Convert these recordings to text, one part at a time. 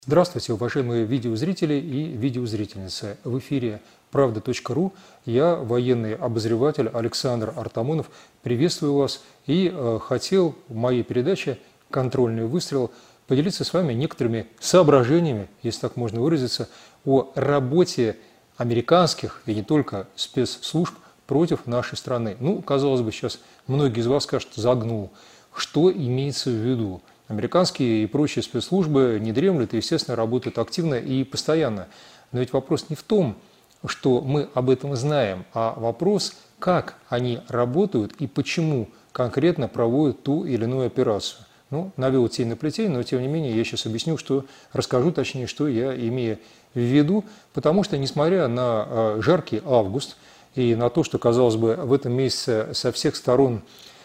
Здравствуйте, уважаемые видеозрители и видеозрительницы. В эфире «Правда.ру». Я, военный обозреватель Александр Артамонов, приветствую вас и хотел в моей передаче «Контрольный выстрел» поделиться с вами некоторыми соображениями, если так можно выразиться, о работе американских и не только спецслужб против нашей страны. Ну, казалось бы, сейчас многие из вас скажут, загнул. Что имеется в виду? Американские и прочие спецслужбы не дремлют и, естественно, работают активно и постоянно. Но ведь вопрос не в том, что мы об этом знаем, а вопрос, как они работают и почему конкретно проводят ту или иную операцию. Ну, навел тень на плетень, но тем не менее я сейчас объясню, расскажу точнее, что я имею в виду, потому что, несмотря на жаркий август и на то, что, казалось бы, в этом месяце со всех сторон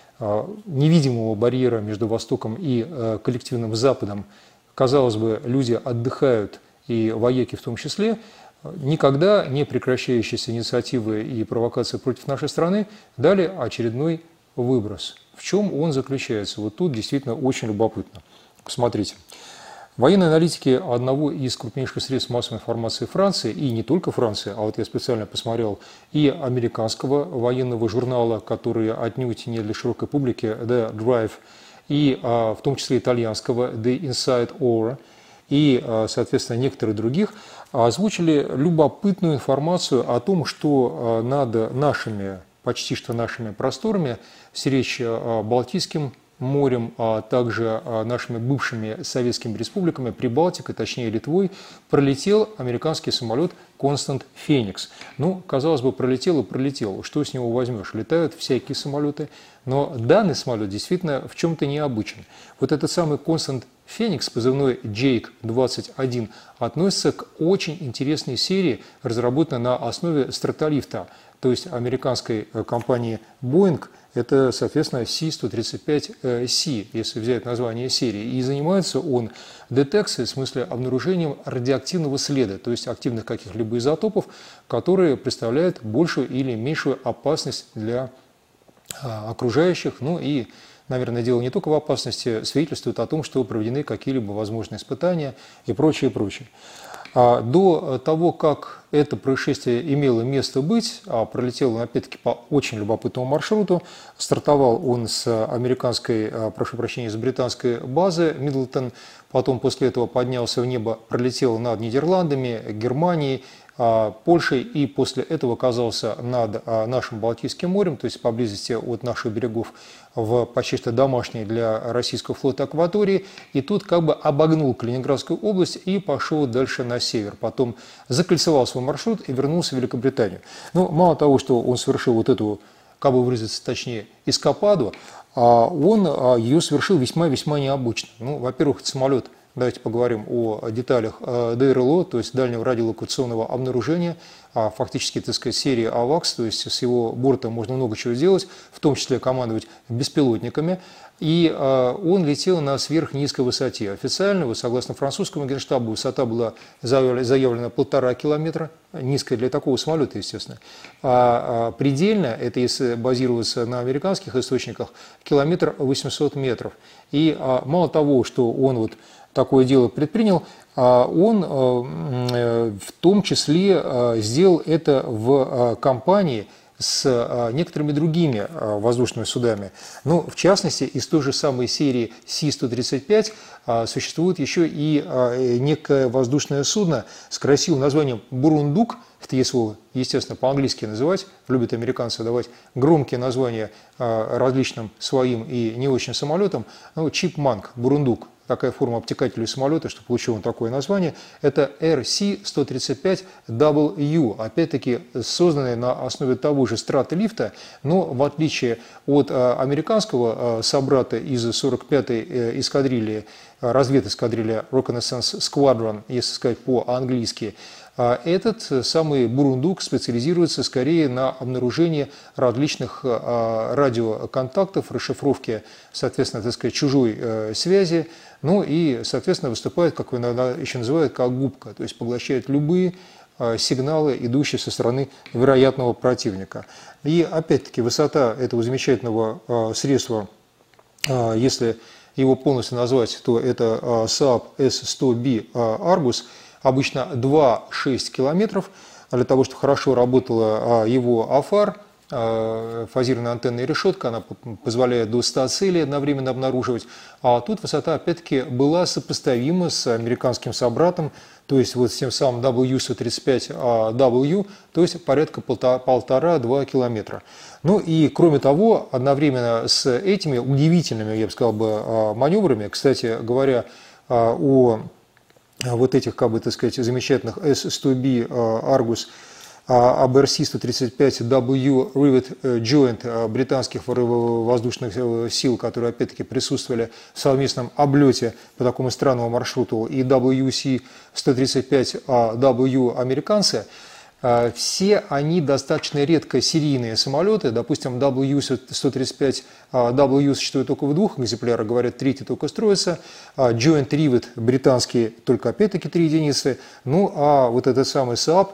невидимого барьера между Востоком и коллективным Западом, казалось бы, люди отдыхают, и вояки в том числе, никогда не прекращающиеся инициативы и провокации против нашей страны дали очередной выброс. В чем он заключается? Вот тут действительно очень любопытно. Посмотрите. Военные аналитики одного из крупнейших средств массовой информации Франции, и не только Франции, а вот я специально посмотрел, и американского военного журнала, который отнюдь не для широкой публики, The Drive, и в том числе итальянского The Inside Hour, и, соответственно, некоторых других, озвучили любопытную информацию о том, что над нашими, почти что нашими просторами, речь Балтийским морем, а также нашими бывшими советскими республиками, Прибалтикой, точнее Литвой, пролетел американский самолет «Констант Феникс». Ну, казалось бы, пролетел и пролетел. Что с него возьмешь? Летают всякие самолеты, но данный самолет действительно в чем-то необычен. Вот этот самый «Констант Феникс», позывной Jake-21, относится к очень интересной серии, разработанной на основе стратолифта, то есть американской компании Boeing. Это, соответственно, C-135C, если взять название серии. И занимается он детекцией, в смысле обнаружением радиоактивного следа, то есть активных каких-либо изотопов, которые представляют большую или меньшую опасность для окружающих. Ну и, наверное, дело не только в опасности, свидетельствует о том, что проведены какие-либо возможные испытания и прочее, прочее. До того, как это происшествие имело место быть, пролетел он опять-таки по очень любопытному маршруту, стартовал он с американской, прошу прощения, с британской базы Мидлтон, потом после этого поднялся в небо, пролетел над Нидерландами, Германией, Польшей и после этого оказался над нашим Балтийским морем, то есть поблизости от наших берегов в почти что домашней для российского флота акватории, и тут как бы обогнул Калининградскую область и пошел дальше на север. Потом закольцевал свой маршрут и вернулся в Великобританию. Но мало того, что он совершил вот эту, как бы выразиться точнее, эскападу, он ее совершил весьма-весьма необычно. Ну, во-первых, это самолет. Давайте поговорим о деталях ДРЛО, то есть дальнего радиолокационного обнаружения, фактически, так сказать, серии AWACS, то есть с его борта можно много чего сделать, в том числе командовать беспилотниками. И он летел на сверхнизкой высоте. Официально, согласно французскому генштабу, высота была заявлена 1,5 километра, низкая для такого самолета, естественно. А предельно, это если базироваться на американских источниках, 1,800 метров. И мало того, что он вот такое дело предпринял, он в том числе сделал это в компании с некоторыми другими воздушными судами. Ну, в частности, из той же самой серии Си-135 существует еще и некое воздушное судно с красивым названием «Бурундук». Это если его, естественно, по-английски называть, любят американцы давать громкие названия различным своим и не очень самолетам. Ну, «Чипманк», «Бурундук». Такая форма обтекателя самолета, что получил он такое название, это RC-135W, опять-таки созданный на основе того же стратолифта, но в отличие от американского собрата из 45-й эскадрильи, разведэскадрилья Reconnaissance Squadron, если сказать по-английски, этот самый Бурундук специализируется скорее на обнаружении различных радиоконтактов, расшифровке, соответственно, так сказать, чужой связи, ну и, соответственно, выступает, как его еще называют, как губка, то есть поглощает любые сигналы, идущие со стороны вероятного противника. И, опять-таки, высота этого замечательного средства, если его полностью назвать, то это Saab S100B Argus, обычно 2-6 километров. Для того, чтобы хорошо работала его АФАР, фазированная антенная решетка, она позволяет до 100 целей одновременно обнаруживать. А тут высота, опять-таки, была сопоставима с американским собратом, то есть вот с тем самым W135W, то есть порядка 1,5-2 километра. Ну и кроме того, одновременно с этими удивительными, я бы сказал, маневрами, кстати говоря, о вот этих, как бы, так сказать, замечательных S100B Argus, ABRC-135W Rivet Joint британских воздушных сил, которые опять-таки присутствовали в совместном облете по такому странному маршруту, и WC-135W американцы, все они достаточно редко серийные самолеты. Допустим, W135W существует только в 2 экземплярах, говорят, 3-й только строится. Joint Rivet британский только опять-таки 3 единицы. Ну а вот этот самый Saab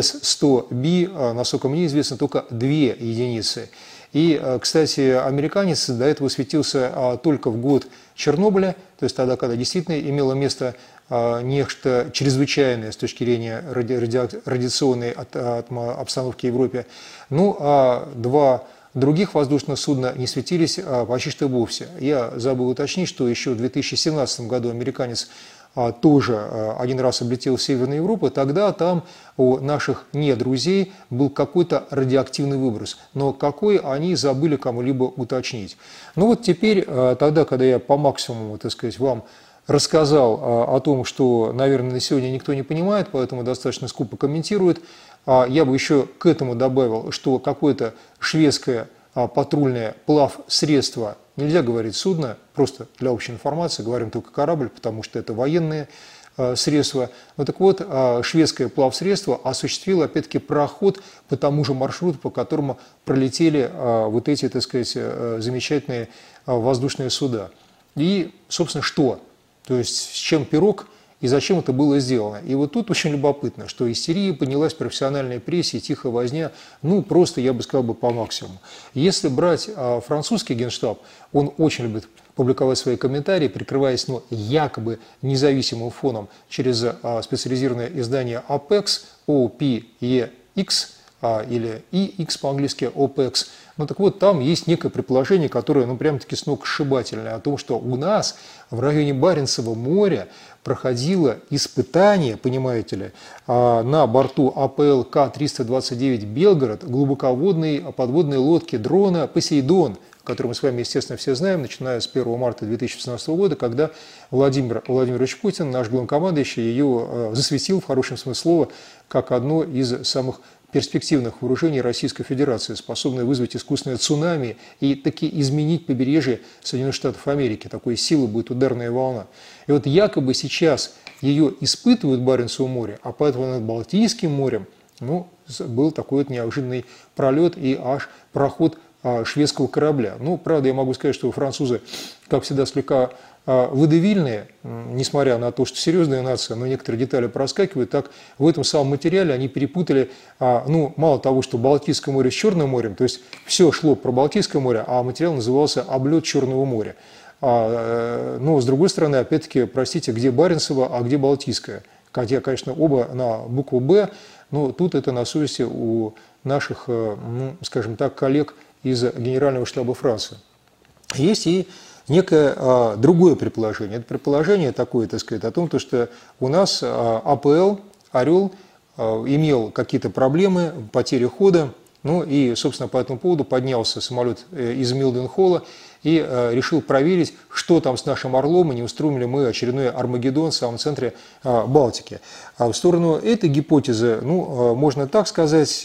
S100B, насколько мне известно, только 2 единицы. И, кстати, американец до этого светился только в год Чернобыля, то есть тогда, когда действительно имело место нечто чрезвычайное с точки зрения радиационной обстановки в Европе. Ну, а 2 других воздушных судна не светились почти что вовсе. Я забыл уточнить, что еще в 2017 году американец тоже один раз облетел в Северную Европу, тогда там у наших недрузей был какой-то радиоактивный выброс. Но какой, они забыли кому-либо уточнить. Ну вот теперь, тогда, когда я по максимуму, так сказать, вам рассказал о том, что, наверное, на сегодня никто не понимает, поэтому достаточно скупо комментирует, я бы еще к этому добавил, что какое-то шведское патрульное плавсредство, нельзя говорить судно, просто для общей информации, говорим только корабль, потому что это военные средства. Ну так вот, шведское плавсредство осуществило, опять-таки, проход по тому же маршруту, по которому пролетели вот эти, так сказать, замечательные воздушные суда. И, собственно, что? То есть, с чем пирог и зачем это было сделано. И вот тут очень любопытно, что истерия поднялась в профессиональной прессе, тихая возня, ну, просто, я бы сказал, по максимуму. Если брать французский генштаб, он очень любит публиковать свои комментарии, прикрываясь, ну, якобы независимым фоном через специализированное издание OPEX, OPEX, или EX по-английски, OPEX. Ну так вот, там есть некое предположение, которое, ну, прям-таки сногсшибательное, о том, что у нас в районе Баренцева моря проходило испытание, понимаете ли, на борту АПЛ К-329 «Белгород» глубоководной подводной лодки дрона «Посейдон», которую мы с вами, естественно, все знаем, начиная с 1 марта 2016 года, когда Владимир Владимирович Путин, наш главнокомандующий, ее засветил, в хорошем смысле слова, как одно из самых перспективных вооружений Российской Федерации, способное вызвать искусственное цунами и таки изменить побережье Соединенных Штатов Америки. Такой силы будет ударная волна. И вот якобы сейчас ее испытывают в Баренцевом море, а поэтому над Балтийским морем, ну, был такой вот неожиданный пролет и аж проход шведского корабля. Ну, правда, я могу сказать, что французы, как всегда, слегка водевильные, несмотря на то, что серьезная нация, но некоторые детали проскакивают, так в этом самом материале они перепутали, ну, мало того, что Балтийское море с Черным морем, то есть все шло про Балтийское море, а материал назывался «Облет Черного моря». Но, с другой стороны, опять-таки, простите, где Баренцево, а где Балтийское? Хотя, конечно, оба на букву «Б», но тут это на совести у наших, ну, скажем так, коллег из Генерального штаба Франции. Есть и некое другое предположение. Это предположение такое, так сказать, о том, что у нас АПЛ «Орел» имел какие-то проблемы, потери хода, ну и, собственно, по этому поводу поднялся самолет из Милденхолла и решил проверить, что там с нашим «Орлом», и не устроим ли мы очередной Армагеддон в самом центре Балтики. А в сторону этой гипотезы, ну, можно так сказать,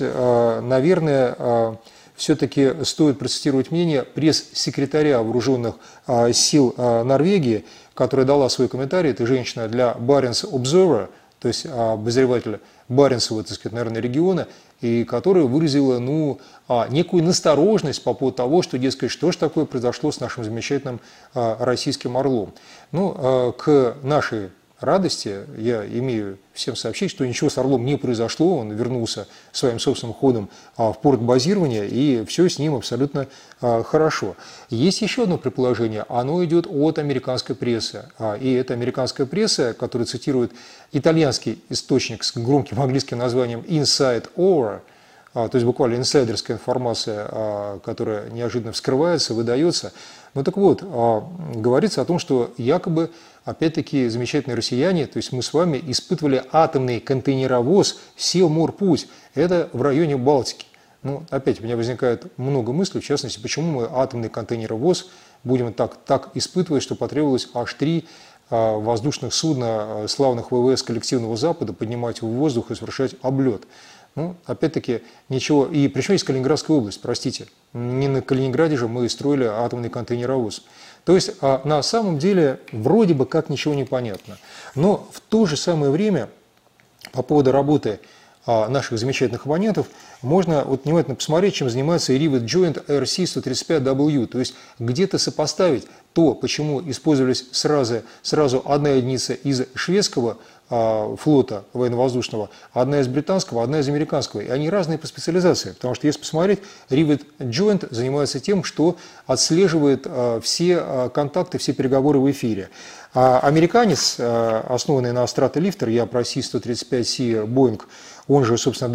наверное, все-таки стоит процитировать мнение пресс-секретаря вооруженных сил Норвегии, которая дала свой комментарий, это женщина для Barents Observer, то есть обозревателя Баренцева, так сказать, наверное, региона, и которая выразила, ну, некую настороженность по поводу того, что, дескать, что же такое произошло с нашим замечательным российским «Орлом». Ну, к нашей радости я имею всем сообщить, что ничего с «Орлом» не произошло, он вернулся своим собственным ходом в порт базирования, и все с ним абсолютно хорошо. Есть еще одно предположение, оно идет от американской прессы, и это американская пресса, которая цитирует итальянский источник с громким английским названием «Inside Over», то есть буквально инсайдерская информация, которая неожиданно вскрывается, выдается. Ну так вот, говорится о том, что якобы, опять-таки, замечательные россияне, то есть мы с вами испытывали атомный контейнеровоз «Севморпуть». Это в районе Балтики. Ну, опять у меня возникает много мыслей, в частности, почему мы атомный контейнеровоз будем так испытывать, что потребовалось аж 3 воздушных судна славных ВВС коллективного Запада поднимать в воздух и совершать облет. Ну, опять-таки, ничего. И причем есть Калининградская область, простите. Не на Калининграде же мы строили атомный контейнеровоз. То есть, на самом деле, вроде бы как ничего не понятно. Но в то же самое время, по поводу работы наших замечательных абонентов, можно вот внимательно посмотреть, чем занимается Rivet Joint RC-135W. То есть, где-то сопоставить то, почему использовались сразу одна единица из шведского флота военно-воздушного, одна из британского, одна из американского. И они разные по специализации. Потому что, если посмотреть, Rivet Joint занимается тем, что отслеживает все контакты, все переговоры в эфире. Американец, основанный на Stratolifter, я про C-135C Boeing, он же, собственно,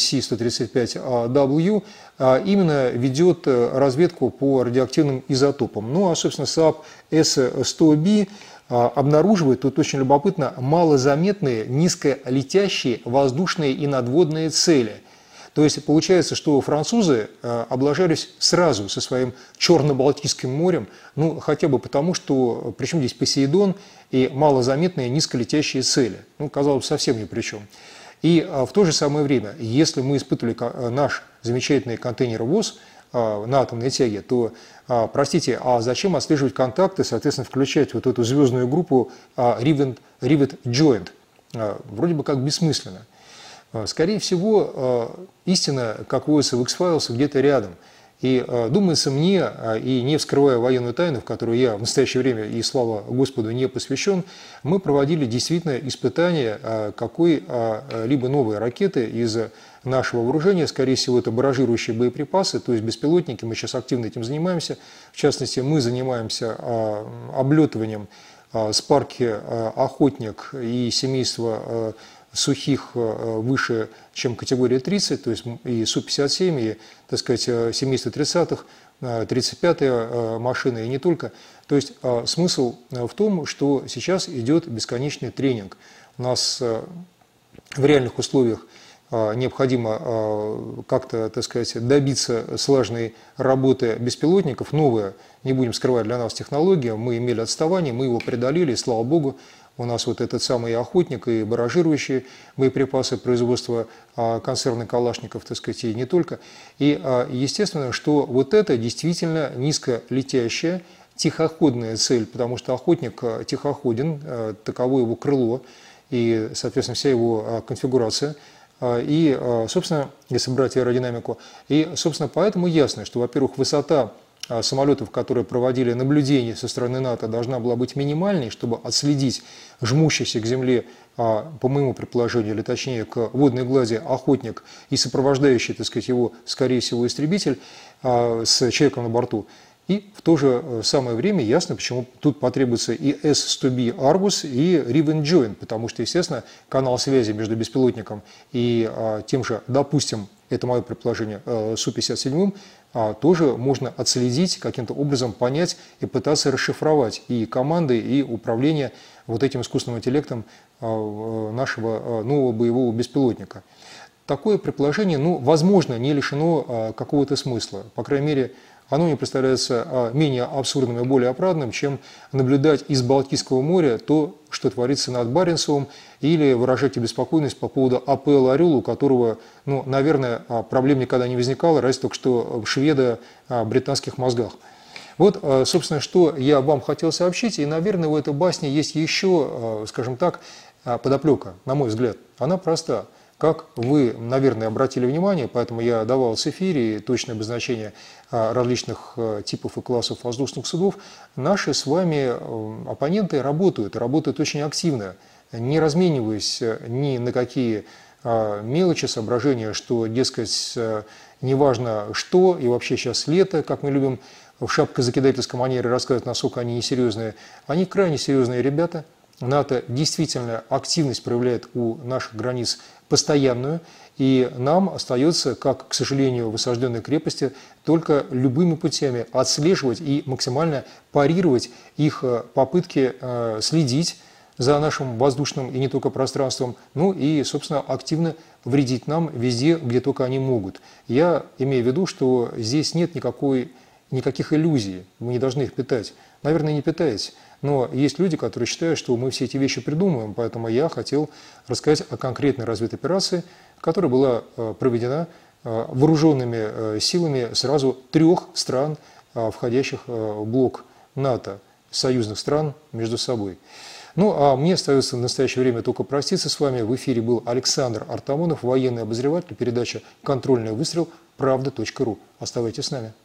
WC-135W, именно ведет разведку по радиоактивным изотопам. Ну, а, собственно, САП С-100B обнаруживает, тут очень любопытно, малозаметные низколетящие воздушные и надводные цели. То есть получается, что французы облажались сразу со своим Черно-Балтийским морем, ну хотя бы потому, что причем здесь Посейдон и малозаметные низколетящие цели. Ну, казалось бы, совсем ни при чем. И в то же самое время, если мы испытывали наш замечательный контейнеровоз на атомной тяге, то, простите, а зачем отслеживать контакты, соответственно, включать вот эту звездную группу Rivet Joint? Вроде бы как бессмысленно. Скорее всего, истина, как водится в X-Files, где-то рядом. И думается мне, и не вскрывая военную тайну, в которую я в настоящее время, и слава Господу, не посвящен, мы проводили действительно испытания какой-либо новой ракеты из нашего вооружения. Скорее всего, это барражирующие боеприпасы, то есть беспилотники. Мы сейчас активно этим занимаемся. В частности, мы занимаемся облетыванием Спарки «Охотник» и семейства сухих выше, чем категория 30, то есть и Су-57, и, так сказать, семейство 30-х, 35-я машина, и не только. То есть смысл в том, что сейчас идет бесконечный тренинг. У нас в реальных условиях необходимо как-то, так сказать, добиться слаженной работы беспилотников. Новая, не будем скрывать, для нас технология. Мы имели отставание, мы его преодолели, и, слава богу, у нас вот этот самый «Охотник» и барражирующие боеприпасы производства концерна Калашников, так сказать, и не только. И естественно, что вот это действительно низколетящая, тихоходная цель, потому что «Охотник» тихоходен, таково его крыло и, соответственно, вся его конфигурация. И, собственно, если брать аэродинамику, и, собственно, поэтому ясно, что, во-первых, высота самолетов, которые проводили наблюдение со стороны НАТО, должна была быть минимальной, чтобы отследить жмущийся к земле, по моему предположению, или точнее к водной глади «Охотник» и сопровождающий, так сказать, его, скорее всего, истребитель с человеком на борту. И в то же самое время ясно, почему тут потребуется и S-100B Argus, и Rivet Joint, потому что, естественно, канал связи между беспилотником и тем же, допустим, это мое предположение, Су-57, тоже можно отследить, каким-то образом понять и пытаться расшифровать и команды, и управление вот этим искусственным интеллектом нашего нового боевого беспилотника. Такое предположение, ну, возможно, не лишено какого-то смысла. По крайней мере, оно мне представляется менее абсурдным и более оправданным, чем наблюдать из Балтийского моря то, что творится над Баренцевым, или выражать обеспокоенность по поводу АПЛ «Орел», у которого, ну, наверное, проблем никогда не возникало, разве только что шведа о британских мозгах. Вот, собственно, что я вам хотел сообщить, и, наверное, у этой басни есть еще, скажем так, подоплека, на мой взгляд. Она проста. Как вы, наверное, обратили внимание, поэтому я давал в эфире точное обозначение различных типов и классов воздушных судов, наши с вами оппоненты работают очень активно. не размениваясь ни на какие мелочи, соображения, что, дескать, неважно что, и вообще сейчас лето, как мы любим в шапкозакидательской манере рассказывать, насколько они несерьезные. Они крайне серьезные ребята. НАТО действительно активность проявляет у наших границ постоянную, и нам остается, как, к сожалению, в осажденной крепости, только любыми путями отслеживать и максимально парировать их попытки следить за нашим воздушным и не только пространством, ну и, собственно, активно вредить нам везде, где только они могут. Я имею в виду, что здесь нет никаких иллюзий, мы не должны их питать. Наверное, не питаете. Но есть люди, которые считают, что мы все эти вещи придумываем, поэтому я хотел рассказать о конкретной разведоперации, которая была проведена вооруженными силами сразу 3 стран, входящих в блок НАТО, союзных стран между собой. Ну, а мне остается в настоящее время только проститься с вами. В эфире был Александр Артамонов, военный обозреватель, передача «Контрольный выстрел», правда.ру. Оставайтесь с нами.